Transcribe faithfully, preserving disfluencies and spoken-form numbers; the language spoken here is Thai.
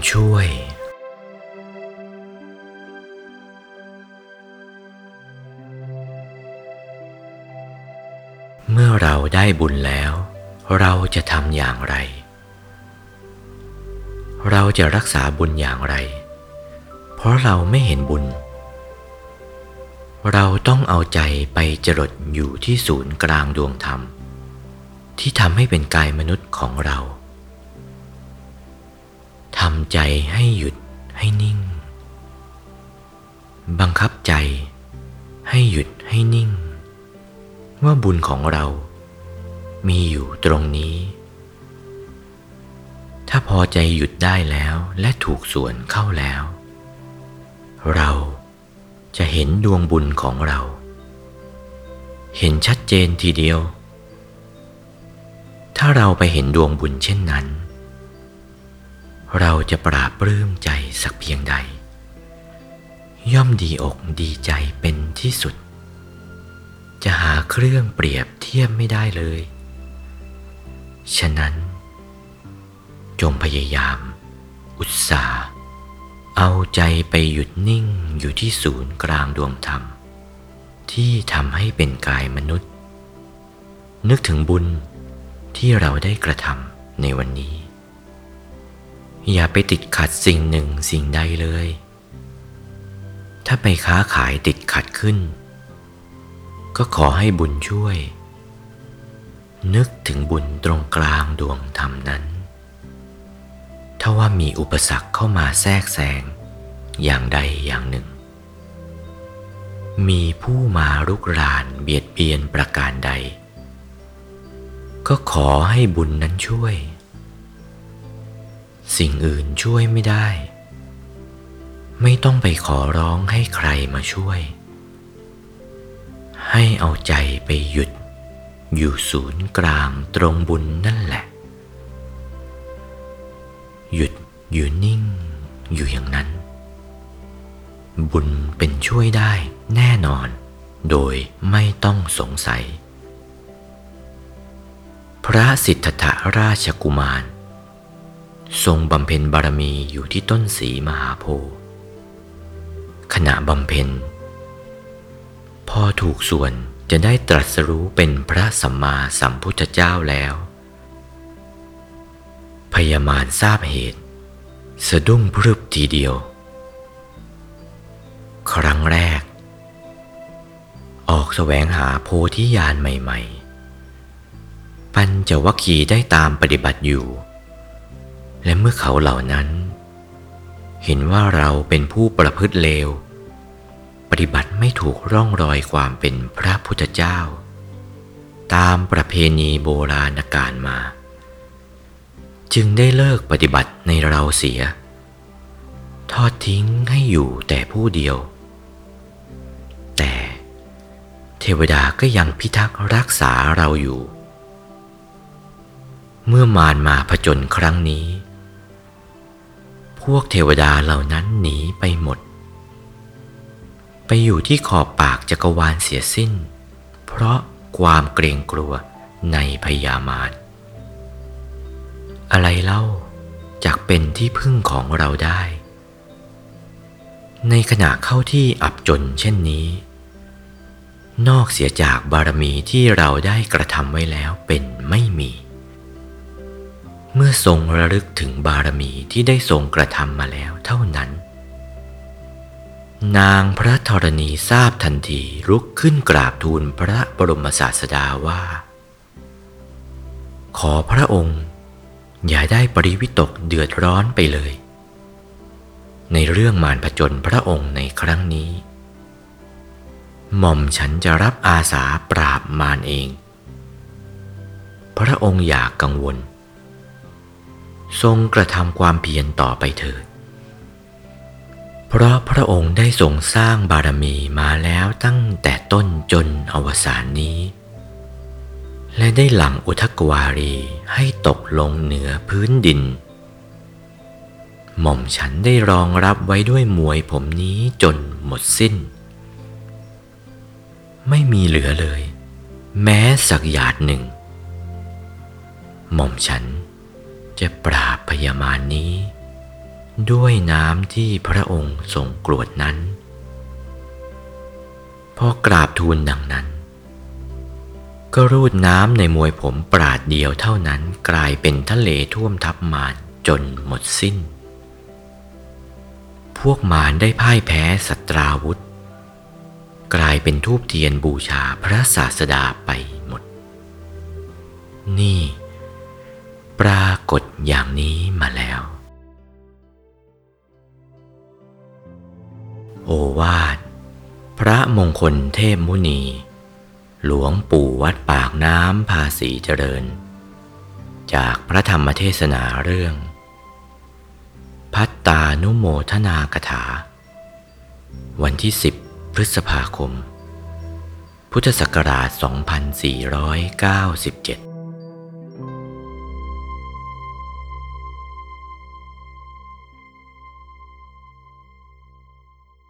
ช่วยเมื่อเราได้บุญแล้วเราจะทำอย่างไรเราจะรักษาบุญอย่างไรเพราะเราไม่เห็นบุญเราต้องเอาใจไปจรดอยู่ที่ศูนย์กลางดวงธรรมที่ทำให้เป็นกายมนุษย์ของเราทำใจให้หยุดให้นิ่งบังคับใจให้หยุดให้นิ่งว่าบุญของเรามีอยู่ตรงนี้ถ้าพอใจหยุดได้แล้วและถูกส่วนเข้าแล้วเราจะเห็นดวงบุญของเราเห็นชัดเจนทีเดียวถ้าเราไปเห็นดวงบุญเช่นนั้นเราจะปราบปลื้มใจสักเพียงใดย่อมดีอกดีใจเป็นที่สุดจะหาเครื่องเปรียบเทียบไม่ได้เลยฉะนั้นจงพยายามอุตสาห์เอาใจไปหยุดนิ่งอยู่ที่ศูนย์กลางดวงธรรมที่ทำให้เป็นกายมนุษย์นึกถึงบุญที่เราได้กระทำในวันนี้อย่าไปติดขัดสิ่งหนึ่งสิ่งใดเลยถ้าไปค้าขายติดขัดขึ้นก็ขอให้บุญช่วยนึกถึงบุญตรงกลางดวงธรรมนั้นถ้าว่ามีอุปสรรคเข้ามาแทรกแซงอย่างใดอย่างหนึ่งมีผู้มารุกรานเบียดเบียนประการใดก็ขอให้บุญนั้นช่วยสิ่งอื่นช่วยไม่ได้ไม่ต้องไปขอร้องให้ใครมาช่วยให้เอาใจไปหยุดอยู่ศูนย์กลางตรงบุญนั่นแหละหยุดอยู่นิ่งอยู่อย่างนั้นบุญเป็นช่วยได้แน่นอนโดยไม่ต้องสงสัยพระสิทธัตถราชกุมารทรงบำเพ็ญบารมีอยู่ที่ต้นศรีมหาโพธิ์ขณะบำเพ็ญพอถูกส่วนจะได้ตรัสรู้เป็นพระสัมมาสัมพุทธเจ้าแล้วพญามารทราบเหตุสะดุ้งพรึบทีเดียวครั้งแรกออกแสวงหาโพธิญาณใหม่ๆปัญจวัคคีย์ได้ตามปฏิบัติอยู่และเมื่อเขาเหล่านั้นเห็นว่าเราเป็นผู้ประพฤติเลวปฏิบัติไม่ถูกร่องรอยความเป็นพระพุทธเจ้าตามประเพณีโบราณกาลมาจึงได้เลิกปฏิบัติในเราเสียทอดทิ้งให้อยู่แต่ผู้เดียวแต่เทวดาก็ยังพิทักษ์รักษาเราอยู่เมื่อมารมาผจญครั้งนี้พวกเทวดาเหล่านั้นหนีไปหมดไปอยู่ที่ขอบปากจักรวาลเสียสิ้นเพราะความเกรงกลัวในพญามารอะไรเล่าจักเป็นที่พึ่งของเราได้ในขณะเข้าที่อับจนเช่นนี้นอกเสียจากบารมีที่เราได้กระทำไว้แล้วเป็นไม่มีเมื่อทรงระลึกถึงบารมีที่ได้ทรงกระทำมาแล้วเท่านั้นนางพระธรณีทราบทันทีลุกขึ้นกราบทูลพระบรมศาสดาว่าขอพระองค์อย่าได้ปริวิตกเดือดร้อนไปเลยในเรื่องมารผจญพระองค์ในครั้งนี้หม่อมฉันจะรับอาสาปราบมารเองพระองค์อย่ากังวลทรงกระทำความเพียรต่อไปเถิดเพราะพระองค์ได้ทรงสร้างบารมีมาแล้วตั้งแต่ต้นจนอวสานนี้และได้หลั่งอุทกวารีให้ตกลงเหนือพื้นดินหม่อมฉันได้รองรับไว้ด้วยมวยผมนี้จนหมดสิ้นไม่มีเหลือเลยแม้สักหยาดหนึ่งหม่อมฉันจะปราบพญามารนี้ด้วยน้ำที่พระองค์ทรงกรวดนั้นพอกราบทูลดังนั้นก็รูดน้ำในมวยผมปราดเดียวเท่านั้นกลายเป็นทะเลท่วมทับมารจนหมดสิ้นพวกมารได้พ่ายแพ้ศัตราวุธกลายเป็นธูปเทียนบูชาพระศาสดาไปหมดนี่ปรากฏอย่างนี้มาแล้วโอวาทพระมงคลเทพมุนีหลวงปู่วัดปากน้ำภาษีเจริญจากพระธรรมเทศนาเรื่องพัตตานุโมทนากถาวันที่สิบพฤษภาคมพุทธศักราชสองพันสี่ร้อยเก้าสิบเจ็ด